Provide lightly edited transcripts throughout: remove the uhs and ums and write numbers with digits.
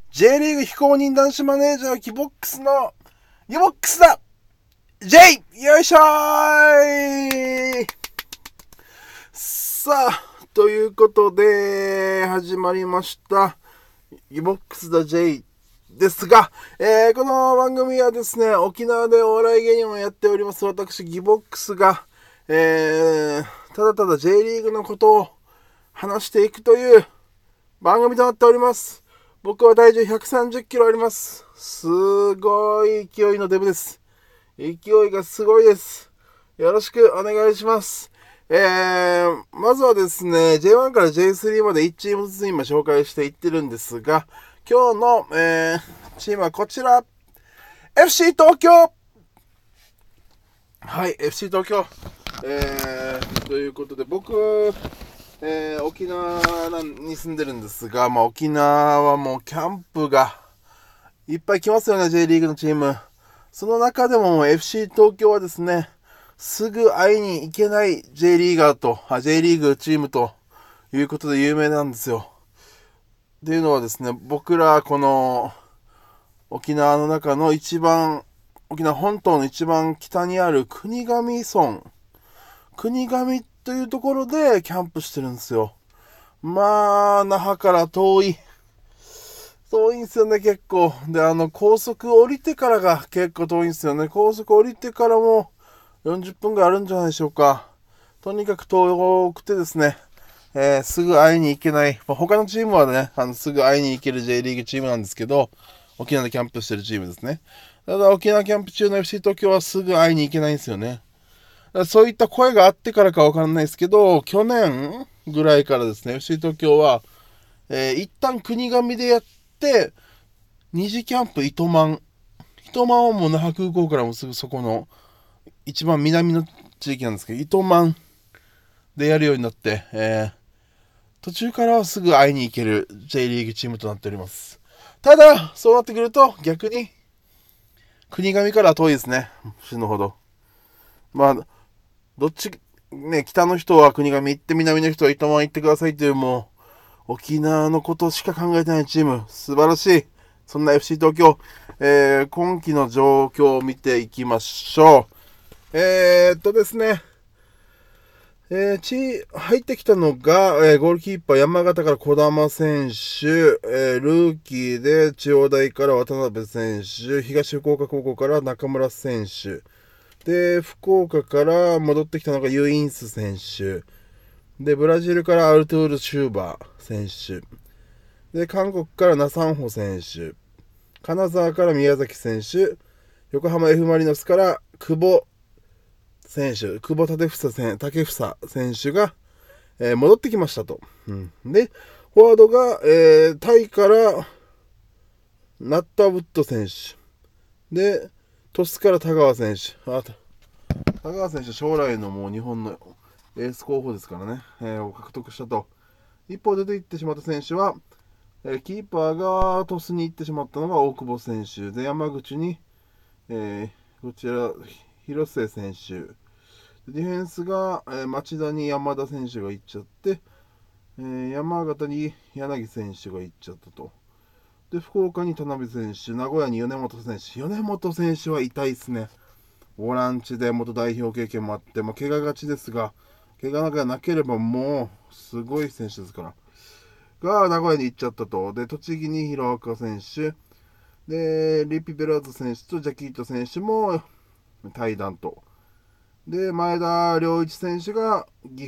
J リーグ非公認男子マネージャーギボックスのギボックスだ J! よいしょーい。さあ、ということで始まりましたギボックスだ J ですが、この番組はですね、沖縄でお笑い芸人をやっております私ギボックスが、ただただ J リーグのことを話していくという番組となっております。僕は体重130キロあります。すごい勢いのデブです。勢いがすごいです。よろしくお願いします。まずはですね、J1 から J3 まで1チームずつ今紹介していってるんですが、今日の、チームはこちら。FC 東京。はい、FC 東京。ということで、僕、沖縄に住んでるんですが、沖縄はもうキャンプがいっぱい来ますよね、J リーグのチーム。その中でも FC 東京はですね、すぐ会いに行けない J リーグチームということで有名なんですよ。っていうのはですね、僕らこの沖縄の中の沖縄本島の一番北にある国頭村、国頭というところでキャンプしてるんですよ。那覇から遠いんですよね、結構。で、高速降りてからが結構遠いんですよね。高速降りてからも40分ぐらいあるんじゃないでしょうか。とにかく遠くてですね、すぐ会いに行けない。他のチームはね、すぐ会いに行ける J リーグチームなんですけど、沖縄でキャンプしてるチームですね。ただ、沖縄キャンプ中の FC 東京はすぐ会いに行けないんですよね。そういった声があってからかわからないですけど、去年ぐらいからですね、FC 東京は、一旦国頭でやって、二次キャンプ糸満はもう那覇空港からもすぐそこの一番南の地域なんですけど、糸満でやるようになって、途中からはすぐ会いに行ける J リーグチームとなっております。ただ、そうなってくると逆に国頭からは遠いですね。死ぬほど。どっち、ね、北の人は国頭行って、南の人は糸満行ってくださいという、もう、沖縄のことしか考えてないチーム。素晴らしい。そんな FC 東京、今季の状況を見ていきましょう。ですね、入ってきたのが、ゴールキーパー山形から児玉選手、ルーキーで千代大から渡辺選手、東福岡高校から中村選手、で、福岡から戻ってきたのがユインス選手。で、ブラジルからアルトゥール・シューバー選手。で、韓国からナサンホ選手。金沢から宮崎選手。横浜 F ・マリノスから久保建英選手が、戻ってきましたと。で、フォワードが、タイからナッタ・ウッド選手。で、鳥栖から田川選手。田川選手、将来のもう日本のエース候補ですからね、を獲得したと。一方出て行ってしまった選手は、キーパーが鳥栖に行ってしまったのが大久保選手で、山口に、こちら広末選手、ディフェンスが、町田に山田選手が行っちゃって、山形に柳選手が行っちゃったと。で、福岡に田辺選手、名古屋に米本選手。米本選手は痛いですね。ボランチで元代表経験もあって、怪我がちですが、怪我がなければもうすごい選手ですから。が、名古屋に行っちゃったと。で、栃木に広岡選手。で、リピ・ベラーズ選手とジャキート選手も対談と。で、前田良一選手が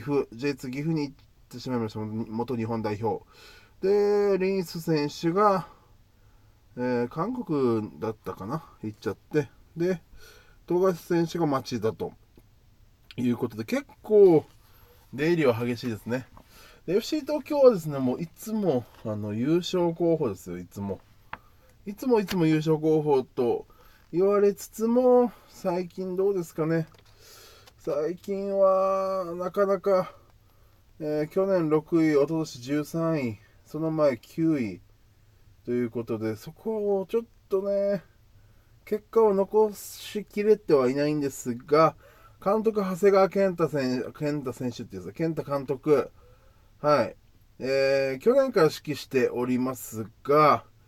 J2 岐阜に行ってしまいました。元日本代表。で、リンス選手が、韓国だったかな行っちゃって。で、富樫選手が町田ということで、結構出入りは激しいですね。FC 東京はですね、もういつも優勝候補ですよ。いつも優勝候補と言われつつも、最近どうですかね。最近はなかなか、去年6位、一昨年13位、その前9位ということで、そこをちょっとね、結果を残しきれてはいないんですが、監督、長谷川健太選手っていうか、健太監督、はい、去年から指揮しておりますが、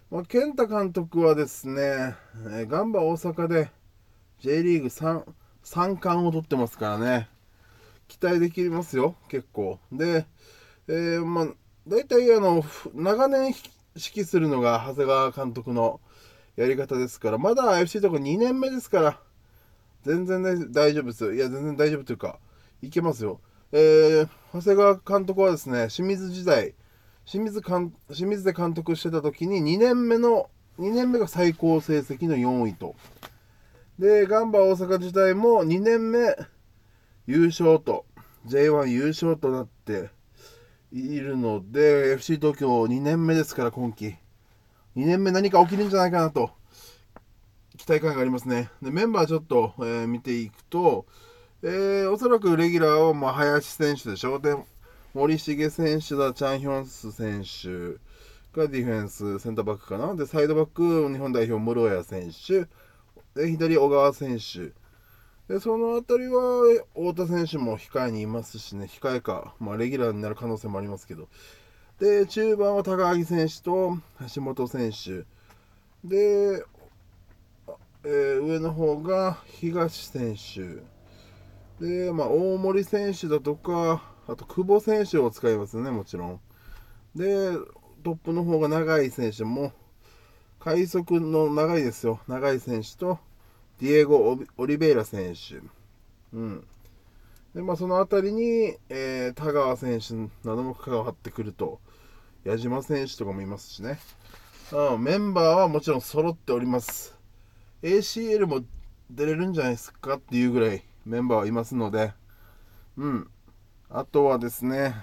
健太監督はですね、ガンバ大阪で J リーグ3冠を取ってますからね、期待できますよ、結構。で、大体長年指揮するのが長谷川監督のやり方ですから、まだ FC とか2年目ですから、全然、ね、大丈夫ですよ。いや、全然大丈夫というか、いけますよ。長谷川監督はですね、清水時代、清水で監督してた時に2年目が最高成績の4位と。で、ガンバ大阪時代も2年目優勝と、J1 優勝となっているので、FC 東京2年目ですから、今季。2年目何か起きるんじゃないかなと、期待感がありますね。で、メンバーちょっと、見ていくと、おそらくレギュラーは林選手でしょ。で、森重選手だ、チャンヒョンス選手がディフェンス、センターバックかな。で、サイドバック、日本代表、室谷選手。で、左、小川選手。で、そのあたりは、太田選手も控えにいますしね、控えか、レギュラーになる可能性もありますけど。で、中盤は高木選手と橋本選手。で、上の方が東選手。で、大森選手だとか、あと久保選手を使いますね、もちろん。で、トップの方が長い選手も、快速の長いですよ。長い選手と、ディエゴ・オリベイラ選手。うん。で、そのあたりに、田川選手なども関わってくると、矢島選手とかもいますしね。メンバーはもちろん揃っております。ACL も出れるんじゃないですかっていうぐらいメンバーはいますので、あとはですね、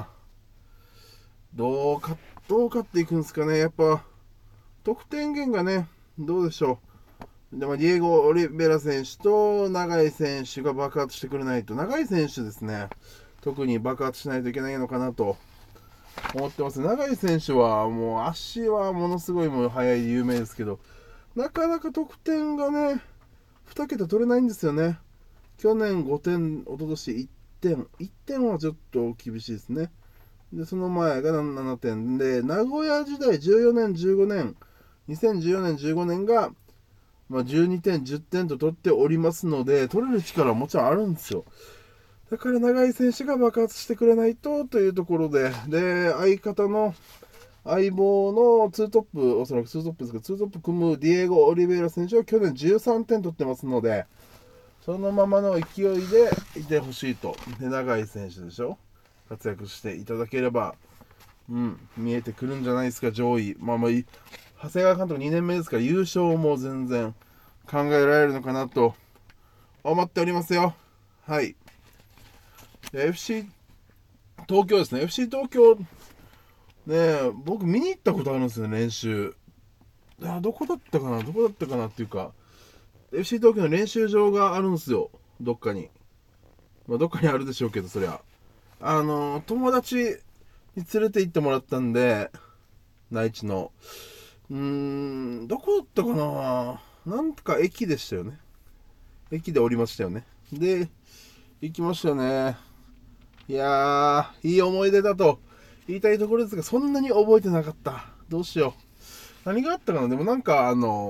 どうかっていくんですかね。やっぱ、得点源がね、どうでしょう。でも、ディエゴ・オリベラ選手と永井選手が爆発してくれないと、永井選手ですね、特に爆発しないといけないのかなと思ってます。永井選手はもう足はものすごいもう速いで有名ですけど、なかなか得点がね、2桁取れないんですよね。去年5点、一昨年1点。1点はちょっと厳しいですね。で、その前が7点で、名古屋時代14年、15年、2014年、15年が、12点、10点と取っておりますので、取れる力はもちろんあるんですよ。だから長井選手が爆発してくれないというところで、相方の相棒の2トップ、おそらく2トップですけど、2トップ組むディエゴ・オリベイラ選手は去年13点取ってますので、そのままの勢いでいてほしいと。で、長井選手でしょ、活躍していただければ、見えてくるんじゃないですか、上位。長谷川監督2年目ですから、優勝も全然考えられるのかなと思っておりますよ。はい。FC 東京ですね。FC 東京、僕見に行ったことあるんですよ、練習。どこだったかなっていうか、FC 東京の練習場があるんですよ、どっかに。どっかにあるでしょうけど、そりゃ。友達に連れて行ってもらったんで、内地の。どこだったかな、なんか駅でしたよね。駅で降りましたよね。で、行きましたよね。いやー、いい思い出だと言いたいところですが、そんなに覚えてなかった。どうしよう。何があったかな。でもなんか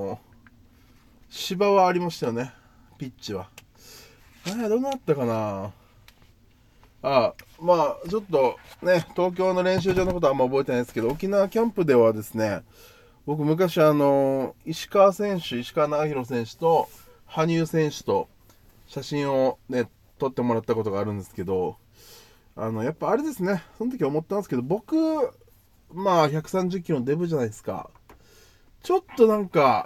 芝はありましたよね。ピッチは。どうなったかな。ちょっとね、東京の練習場のことはあんま覚えてないですけど、沖縄キャンプではですね、僕昔石川長宏選手と羽生選手と写真をね、撮ってもらったことがあるんですけど、やっぱあれですね、その時思ったんですけど、僕、130キロのデブじゃないですか。ちょっとなんか、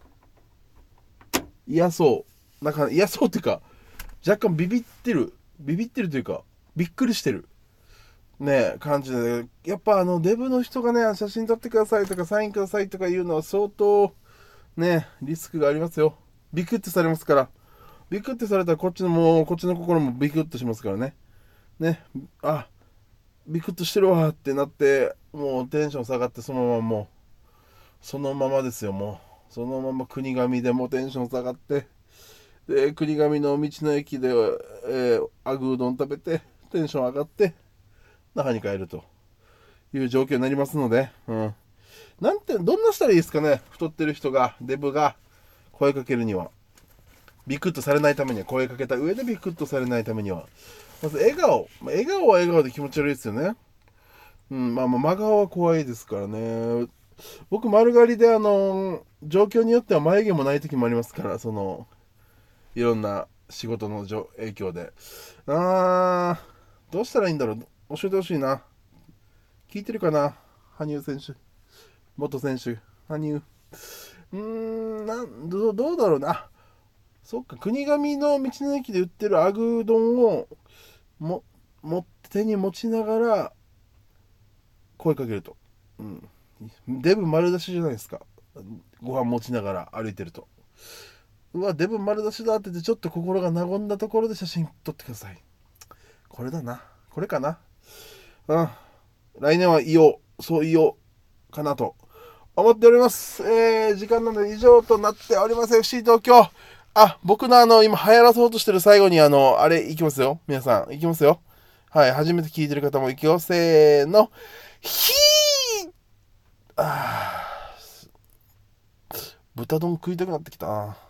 嫌そう。なんか嫌そうっていうか、若干ビビってるというか、びっくりしてる。ね感じで、やっぱデブの人がね、写真撮ってくださいとか、サインくださいとかいうのは相当、リスクがありますよ。ビクッとされますから。ビクッとされたらこっちの心もビクッとしますからね。あ、ビクッとしてるわってなって、もうテンション下がって、そのままですよ、もう。そのまま国神でもテンション下がって、で、国神の道の駅で、アグー丼食べて、テンション上がって、那覇に帰るという状況になりますので、 どんなしたらいいですかね。太ってる人が、デブが声かけるには。ビクッとされないためには、声かけた上でビクッとされないためには。まず笑顔。笑顔は笑顔で気持ち悪いですよね。まあ真顔は怖いですからね。僕丸刈りで状況によっては眉毛もない時もありますから、いろんな仕事の影響で。どうしたらいいんだろう。教えてほしいな。聞いてるかな、羽生選手。元選手。羽生。どうだろうな。そっか、国神の道の駅で売ってるアグー丼を手に持ちながら声かけると。デブ丸出しじゃないですか。ご飯持ちながら歩いてると。うわ、デブ丸出しだって言って、ちょっと心が和んだところで写真撮ってください。これだな。これかな。来年はそうかなと思っております。時間なので以上となっております。FC 東京。僕の今流行らそうとしてる最後にあれいきますよ。皆さん、いきますよ。はい、初めて聞いてる方もいくよ。せーの。豚丼食いたくなってきた。